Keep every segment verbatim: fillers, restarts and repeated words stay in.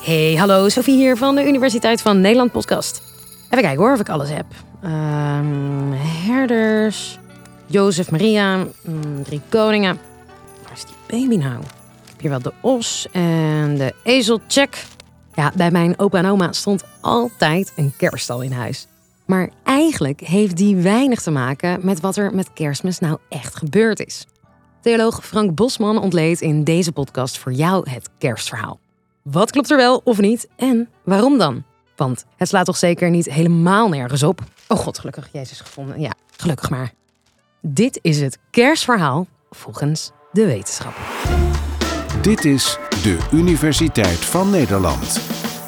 Hey, hallo, Sophie hier van de Universiteit van Nederland podcast. Even kijken hoor of ik alles heb. Um, herders, Jozef, Maria, um, drie koningen. Waar is die baby nou? Ik heb hier wel de os en de ezel, check. Ja, bij mijn opa en oma stond altijd een kerststal in huis. Maar eigenlijk heeft die weinig te maken met wat er met Kerstmis nou echt gebeurd is. Theoloog Frank Bosman ontleedt in deze podcast voor jou het kerstverhaal. Wat klopt er wel of niet en waarom dan? Want het slaat toch zeker niet helemaal nergens op? Oh god, gelukkig, Jezus gevonden. Ja, gelukkig maar. Dit is het kerstverhaal volgens de wetenschap. Dit is de Universiteit van Nederland.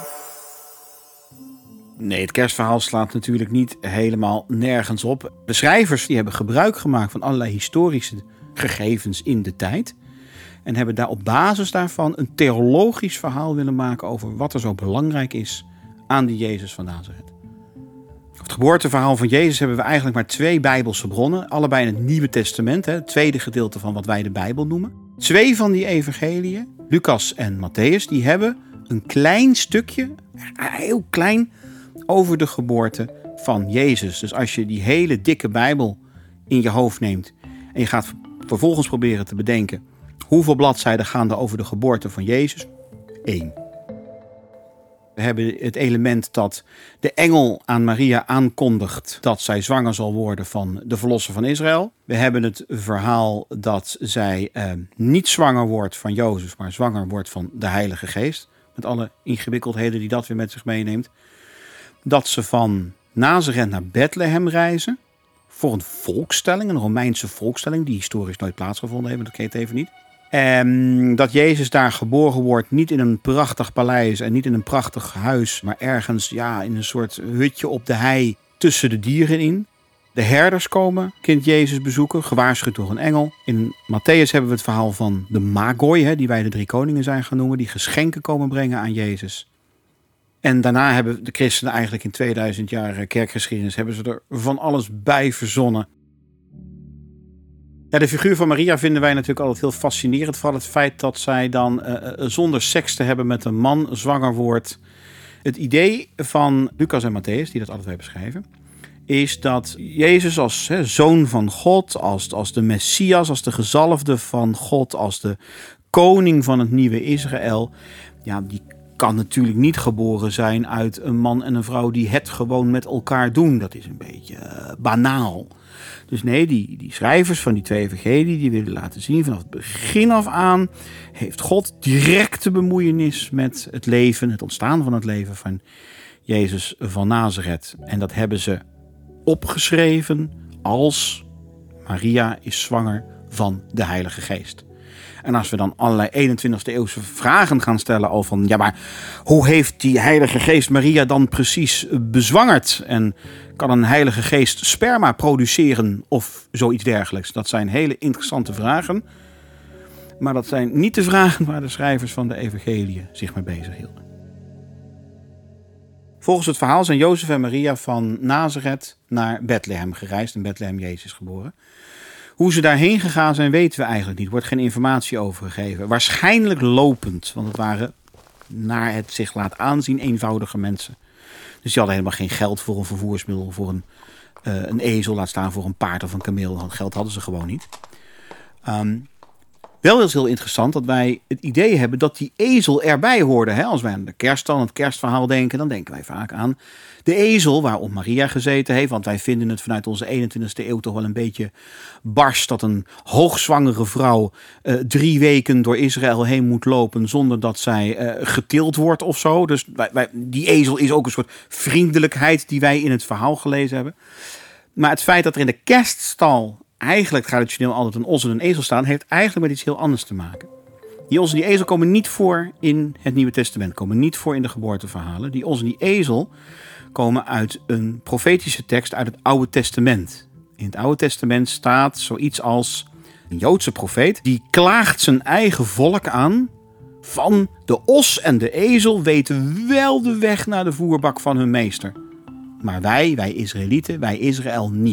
Nee, het kerstverhaal slaat natuurlijk niet helemaal nergens op. De schrijvers die hebben gebruik gemaakt van allerlei historische gegevens in de tijd. En hebben daar op basis daarvan een theologisch verhaal willen maken over wat er zo belangrijk is aan die Jezus van Nazareth. Op het geboorteverhaal van Jezus hebben we eigenlijk maar twee Bijbelse bronnen. Allebei in het Nieuwe Testament, het tweede gedeelte van wat wij de Bijbel noemen. Twee van die evangeliën, Lucas en Matthäus, die hebben een klein stukje, heel klein, over de geboorte van Jezus. Dus als je die hele dikke Bijbel in je hoofd neemt en je gaat vervolgens proberen te bedenken hoeveel bladzijden gaan er over de geboorte van Jezus? Eén. We hebben het element dat de engel aan Maria aankondigt dat zij zwanger zal worden van de verlosser van Israël. We hebben het verhaal dat zij eh, niet zwanger wordt van Jozef, maar zwanger wordt van de Heilige Geest. Met alle ingewikkeldheden die dat weer met zich meeneemt. Dat ze van Nazareth naar Bethlehem reizen voor een volkstelling, een Romeinse volkstelling die historisch nooit plaatsgevonden heeft, dat weet ik even niet. En dat Jezus daar geboren wordt, niet in een prachtig paleis en niet in een prachtig huis, maar ergens ja, in een soort hutje op de hei tussen de dieren in. De herders komen kind Jezus bezoeken, gewaarschuwd door een engel. In Matthäus hebben we het verhaal van de Magoi, hè, die wij de drie koningen zijn gaan noemen, die geschenken komen brengen aan Jezus. En daarna hebben de christenen eigenlijk in tweeduizend jaar kerkgeschiedenis hebben ze er van alles bij verzonnen. Ja, de figuur van Maria vinden wij natuurlijk altijd heel fascinerend. Vooral het feit dat zij dan uh, zonder seks te hebben met een man zwanger wordt. Het idee van Lucas en Matthäus, die dat altijd beschrijven, is dat Jezus als hè, zoon van God, als, als de Messias, als de gezalfde van God, als de koning van het nieuwe Israël, ja, die kan natuurlijk niet geboren zijn uit een man en een vrouw die het gewoon met elkaar doen. Dat is een beetje uh, banaal. Dus nee, die, die schrijvers van die twee evangelieën, die willen laten zien vanaf het begin af aan heeft God directe bemoeienis met het leven, het ontstaan van het leven van Jezus van Nazareth. En dat hebben ze opgeschreven als Maria is zwanger van de Heilige Geest. En als we dan allerlei eenentwintigste eeuwse vragen gaan stellen al van, ja, maar hoe heeft die Heilige Geest Maria dan precies bezwangerd? En kan een Heilige Geest sperma produceren of zoiets dergelijks? Dat zijn hele interessante vragen. Maar dat zijn niet de vragen waar de schrijvers van de evangeliën zich mee bezighielden. Volgens het verhaal zijn Jozef en Maria van Nazareth naar Bethlehem gereisd. In Bethlehem Jezus geboren. Hoe ze daarheen gegaan zijn, weten we eigenlijk niet. Er wordt geen informatie over gegeven. Waarschijnlijk lopend, want het waren, naar het zich laat aanzien, eenvoudige mensen. Dus die hadden helemaal geen geld voor een vervoersmiddel, voor een, uh, een ezel, laat staan voor een paard of een kameel. Geld hadden ze gewoon niet. Um, wel is heel interessant dat wij het idee hebben dat die ezel erbij hoorde. Hè? Als wij aan de kerststal, het kerstverhaal denken, dan denken wij vaak aan de ezel waarop Maria gezeten heeft. Want wij vinden het vanuit onze eenentwintigste eeuw toch wel een beetje bars dat een hoogzwangere vrouw uh, drie weken door Israël heen moet lopen zonder dat zij uh, getild wordt of zo. Dus wij, wij, die ezel is ook een soort vriendelijkheid die wij in het verhaal gelezen hebben. Maar het feit dat er in de kerststal eigenlijk traditioneel altijd een os en een ezel staan, heeft eigenlijk met iets heel anders te maken. Die os en die ezel komen niet voor in het Nieuwe Testament, komen niet voor in de geboorteverhalen. Die os en die ezel komen uit een profetische tekst uit het Oude Testament. In het Oude Testament staat zoiets als een Joodse profeet, die klaagt zijn eigen volk aan van de os en de ezel weten wel de weg naar de voerbak van hun meester. Maar wij, wij Israëlieten, wij Israël niet.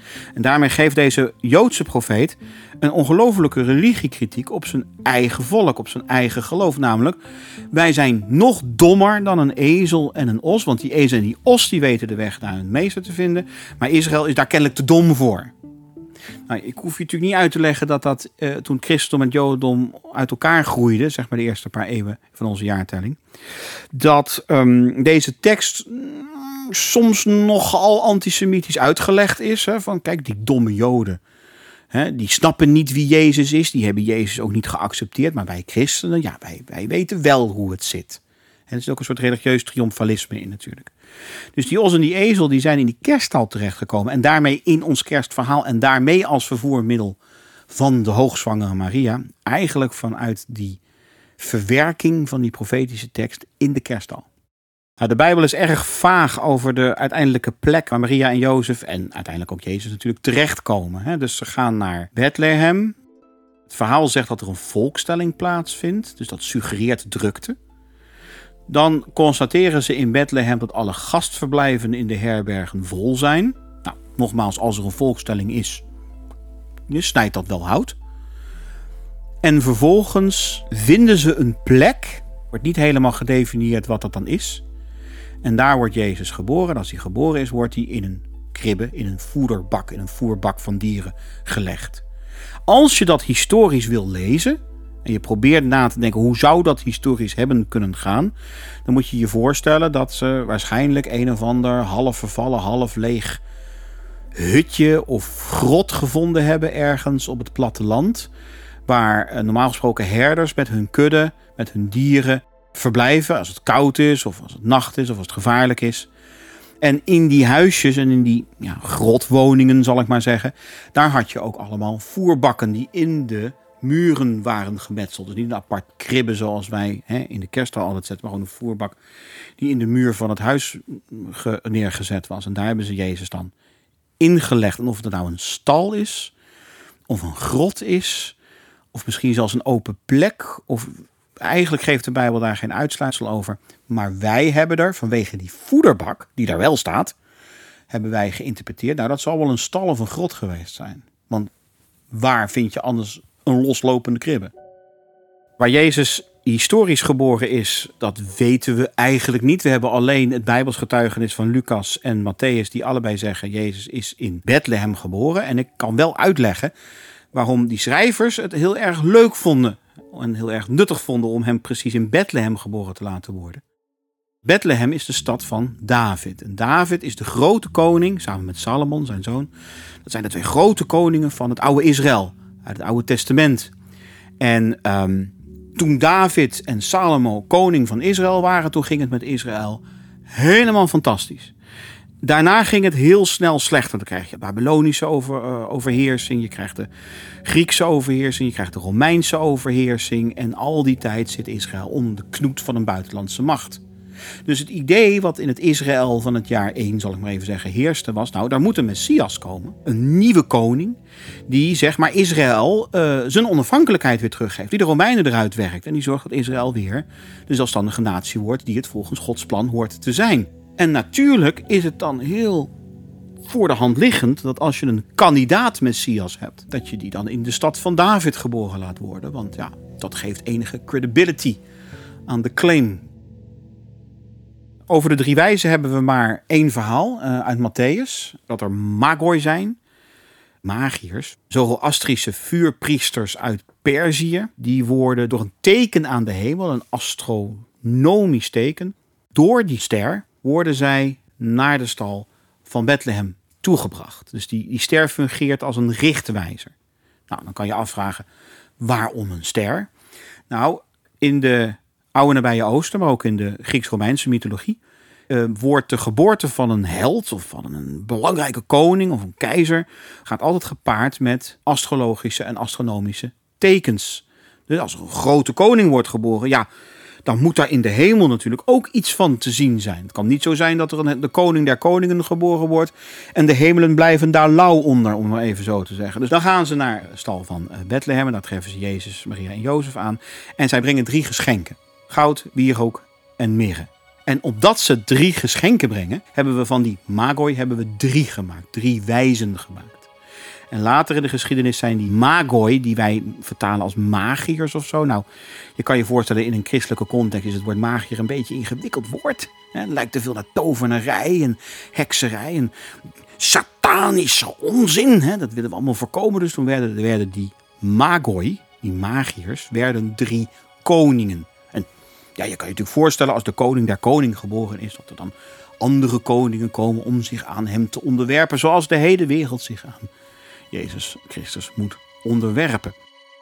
En daarmee geeft deze Joodse profeet een ongelofelijke religiekritiek op zijn eigen volk, op zijn eigen geloof. Namelijk, wij zijn nog dommer dan een ezel en een os. Want die ezel en die os die weten de weg naar hun meester te vinden. Maar Israël is daar kennelijk te dom voor. Nou, ik hoef je natuurlijk niet uit te leggen dat dat uh, toen christendom en jodendom uit elkaar groeiden, zeg maar de eerste paar eeuwen van onze jaartelling, dat um, deze tekst mm, soms nogal antisemitisch uitgelegd is. Hè, van kijk, die domme Joden, hè, die snappen niet wie Jezus is, die hebben Jezus ook niet geaccepteerd, maar wij christenen, ja, wij, wij weten wel hoe het zit. En er is ook een soort religieus triomfalisme in natuurlijk. Dus die os en die ezel die zijn in die kerststal terechtgekomen. En daarmee in ons kerstverhaal. En daarmee als vervoermiddel van de hoogzwangere Maria. Eigenlijk vanuit die verwerking van die profetische tekst in de kerststal. Nou, de Bijbel is erg vaag over de uiteindelijke plek waar Maria en Jozef en uiteindelijk ook Jezus natuurlijk terechtkomen. Hè? Dus ze gaan naar Bethlehem. Het verhaal zegt dat er een volkstelling plaatsvindt. Dus dat suggereert drukte. Dan constateren ze in Bethlehem dat alle gastverblijven in de herbergen vol zijn. Nou, nogmaals, als er een volkstelling is, je snijdt dat wel hout. En vervolgens vinden ze een plek, wordt niet helemaal gedefinieerd wat dat dan is. En daar wordt Jezus geboren. En als hij geboren is, wordt hij in een kribbe, in een voederbak, in een voerbak van dieren gelegd. Als je dat historisch wil lezen, en je probeert na te denken, hoe zou dat historisch hebben kunnen gaan? Dan moet je je voorstellen dat ze waarschijnlijk een of ander half vervallen, half leeg hutje of grot gevonden hebben ergens op het platteland. Waar normaal gesproken herders met hun kudde, met hun dieren verblijven. Als het koud is, of als het nacht is, of als het gevaarlijk is. En in die huisjes en in die ja, grotwoningen, zal ik maar zeggen, daar had je ook allemaal voerbakken die in de muren waren gemetseld. Dus niet een apart kribbe zoals wij hè, in de kerststal altijd zetten, maar gewoon een voerbak die in de muur van het huis ge- neergezet was. En daar hebben ze Jezus dan ingelegd. En of het nou een stal is, of een grot is, of misschien zelfs een open plek, of eigenlijk geeft de Bijbel daar geen uitsluitsel over. Maar wij hebben er, vanwege die voederbak, die daar wel staat, hebben wij geïnterpreteerd, nou dat zal wel een stal of een grot geweest zijn. Want waar vind je anders een loslopende kribbe? Waar Jezus historisch geboren is, dat weten we eigenlijk niet. We hebben alleen het Bijbels getuigenis van Lucas en Matthäus, die allebei zeggen, Jezus is in Bethlehem geboren. En ik kan wel uitleggen waarom die schrijvers het heel erg leuk vonden en heel erg nuttig vonden om hem precies in Bethlehem geboren te laten worden. Bethlehem is de stad van David. En David is de grote koning, samen met Salomon, zijn zoon. Dat zijn de twee grote koningen van het oude Israël, uit het Oude Testament. En um, toen David en Salomo koning van Israël waren, toen ging het met Israël helemaal fantastisch. Daarna ging het heel snel slechter. Dan krijg je Babylonische over, uh, overheersing, je krijgt de Griekse overheersing, je krijgt de Romeinse overheersing. En al die tijd zit Israël onder de knoet van een buitenlandse macht. Dus het idee wat in het Israël van het jaar één, zal ik maar even zeggen, heerste was, nou, daar moet een Messias komen. Een nieuwe koning die, zeg maar, Israël uh, zijn onafhankelijkheid weer teruggeeft. Die de Romeinen eruit werkt. En die zorgt dat Israël weer de zelfstandige natie wordt die het volgens Gods plan hoort te zijn. En natuurlijk is het dan heel voor de hand liggend dat als je een kandidaat Messias hebt, dat je die dan in de stad van David geboren laat worden. Want ja, dat geeft enige credibility aan de claim. Over de drie wijzen hebben we maar één verhaal uh, uit Matthäus. Dat er magoi zijn, magiërs, zoroastrische vuurpriesters uit Perzië. Die worden door een teken aan de hemel, een astronomisch teken, door die ster worden zij naar de stal van Bethlehem toegebracht. Dus die, die ster fungeert als een richtwijzer. Nou, dan kan je afvragen, waarom een ster? Nou, in de Oude Nabije Oosten, maar ook in de Grieks-Romeinse mythologie, uh, wordt de geboorte van een held of van een belangrijke koning of een keizer gaat altijd gepaard met astrologische en astronomische tekens. Dus als er een grote koning wordt geboren, ja, dan moet daar in de hemel natuurlijk ook iets van te zien zijn. Het kan niet zo zijn dat er een, de koning der koningen geboren wordt en de hemelen blijven daar lauw onder, om maar even zo te zeggen. Dus dan gaan ze naar de stal van Bethlehem en daar treffen ze Jezus, Maria en Jozef aan. En zij brengen drie geschenken. Goud, wierook en mirre. En opdat ze drie geschenken brengen, hebben we van die magoi hebben we drie gemaakt. Drie wijzen gemaakt. En later in de geschiedenis zijn die magoi, die wij vertalen als magiërs of zo. Nou, je kan je voorstellen, in een christelijke context is het woord magier een beetje een ingewikkeld woord. Het lijkt te veel naar tovenarij en hekserij en satanische onzin. Dat willen we allemaal voorkomen. Dus toen werden, werden die magoi, die magiërs, werden drie koningen. En ja, je kan je natuurlijk voorstellen, als de koning der koning geboren is, dat er dan andere koningen komen om zich aan hem te onderwerpen, zoals de hele wereld zich aan Jezus Christus moet onderwerpen.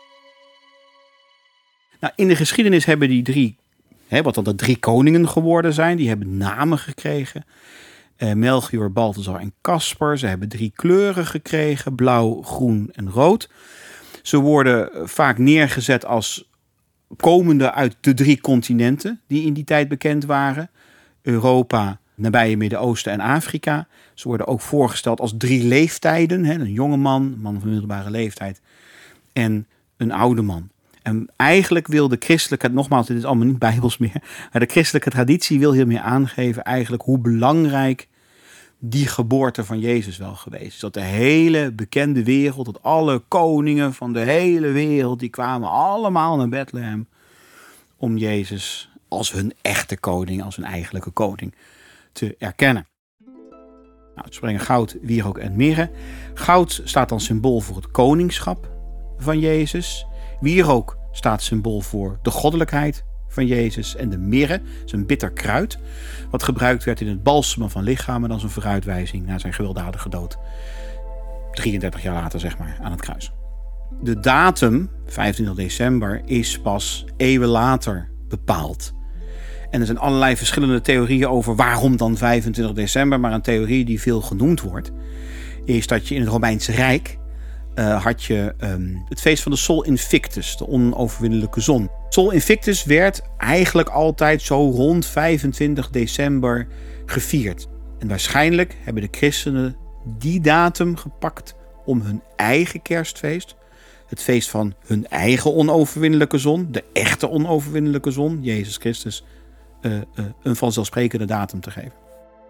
Nou, in de geschiedenis hebben die drie, hè, wat dan de drie koningen geworden zijn, die hebben namen gekregen. Uh, Melchior, Balthasar en Caspar. Ze hebben drie kleuren gekregen, blauw, groen en rood. Ze worden vaak neergezet als komende uit de drie continenten die in die tijd bekend waren. Europa, nabije Midden-Oosten en Afrika. Ze worden ook voorgesteld als drie leeftijden. Hè? Een jonge man, een man van middelbare leeftijd en een oude man. En eigenlijk wil de christelijke, nogmaals, dit is allemaal niet bijbels meer, maar de christelijke traditie wil hiermee aangeven eigenlijk hoe belangrijk die geboorte van Jezus wel geweest is. Dat de hele bekende wereld, dat alle koningen van de hele wereld, die kwamen allemaal naar Bethlehem om Jezus als hun echte koning, als hun eigenlijke koning te erkennen. Nou, het springen goud, wierook en mirre. Goud staat dan symbool voor het koningschap van Jezus. Wierook staat symbool voor de goddelijkheid van Jezus. En de mirre is een bitter kruid, wat gebruikt werd in het balsemen van lichamen. Dat is een vooruitwijzing naar zijn gewelddadige dood. drieëndertig jaar later, zeg maar, aan het kruis. De datum, vijfentwintig december, is pas eeuwen later bepaald. En er zijn allerlei verschillende theorieën over waarom dan vijfentwintig december. Maar een theorie die veel genoemd wordt, is dat je in het Romeinse Rijk uh, had je um, het feest van de Sol Invictus, de onoverwinnelijke zon. Sol Invictus werd eigenlijk altijd zo rond vijfentwintig december gevierd. En waarschijnlijk hebben de christenen die datum gepakt om hun eigen kerstfeest, het feest van hun eigen onoverwinnelijke zon, de echte onoverwinnelijke zon, Jezus Christus, uh, uh, een vanzelfsprekende datum te geven.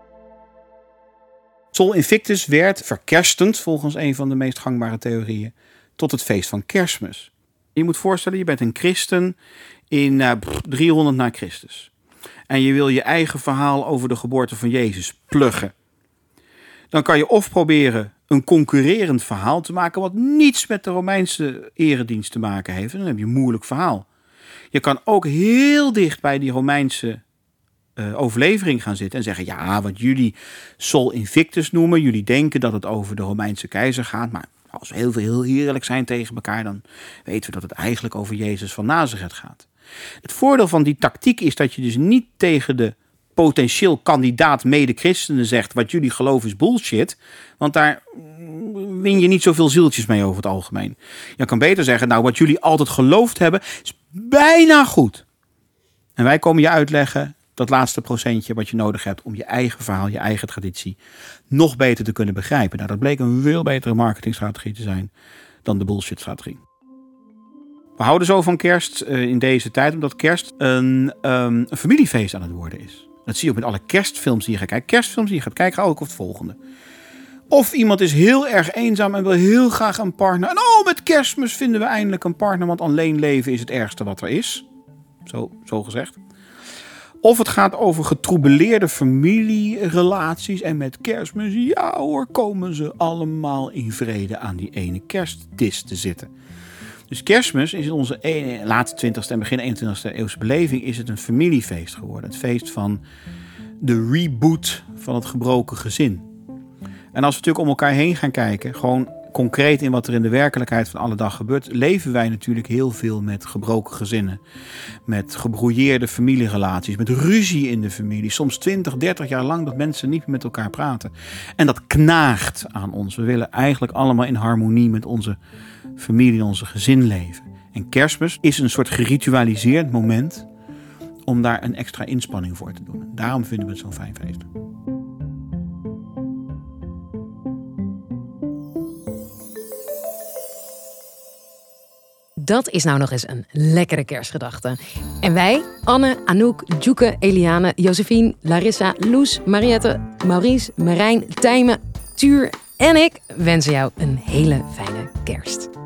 Sol Invictus werd verkerstend, volgens een van de meest gangbare theorieën, tot het feest van Kerstmis. Je moet voorstellen, je bent een christen in uh, driehonderd na Christus. En je wil je eigen verhaal over de geboorte van Jezus pluggen. Dan kan je of proberen een concurrerend verhaal te maken wat niets met de Romeinse eredienst te maken heeft. En dan heb je een moeilijk verhaal. Je kan ook heel dicht bij die Romeinse uh, overlevering gaan zitten en zeggen, ja, wat jullie Sol Invictus noemen, jullie denken dat het over de Romeinse keizer gaat, maar als we heel, heel eerlijk zijn tegen elkaar, dan weten we dat het eigenlijk over Jezus van Nazareth gaat. Het voordeel van die tactiek is dat je dus niet tegen de potentieel kandidaat mede-christenen zegt, wat jullie geloven is bullshit, want daar win je niet zoveel zieltjes mee over het algemeen. Je kan beter zeggen, nou, wat jullie altijd geloofd hebben is bijna goed. En wij komen je uitleggen dat laatste procentje wat je nodig hebt om je eigen verhaal, je eigen traditie nog beter te kunnen begrijpen. Nou, dat bleek een veel betere marketingstrategie te zijn dan de bullshit-strategie. We houden zo van kerst uh, in deze tijd, omdat kerst een, um, een familiefeest aan het worden is. Dat zie je ook met alle kerstfilms die je gaat kijken. Kerstfilms die je gaat kijken, ook op het volgende. Of iemand is heel erg eenzaam en wil heel graag een partner. En oh, met Kerstmis vinden we eindelijk een partner, want alleen leven is het ergste wat er is. Zo, zo gezegd. Of het gaat over getroubeleerde familierelaties. En met Kerstmis, ja hoor, komen ze allemaal in vrede aan die ene kerstdis te zitten. Dus Kerstmis is in onze late twintigste en begin eenentwintigste eeuwse beleving is het een familiefeest geworden. Het feest van de reboot van het gebroken gezin. En als we natuurlijk om elkaar heen gaan kijken, gewoon concreet in wat er in de werkelijkheid van alle dag gebeurt, leven wij natuurlijk heel veel met gebroken gezinnen. Met gebrouilleerde familierelaties, met ruzie in de familie. Soms twintig, dertig jaar lang dat mensen niet meer met elkaar praten. En dat knaagt aan ons. We willen eigenlijk allemaal in harmonie met onze familie, onze gezin leven. En Kerstmis is een soort geritualiseerd moment om daar een extra inspanning voor te doen. Daarom vinden we het zo'n fijn feest. Dat is nou nog eens een lekkere kerstgedachte. En wij, Anne, Anouk, Djoeke, Eliane, Josephine, Larissa, Loes, Mariette, Maurice, Marijn, Tijmen, Tuur en ik wensen jou een hele fijne kerst.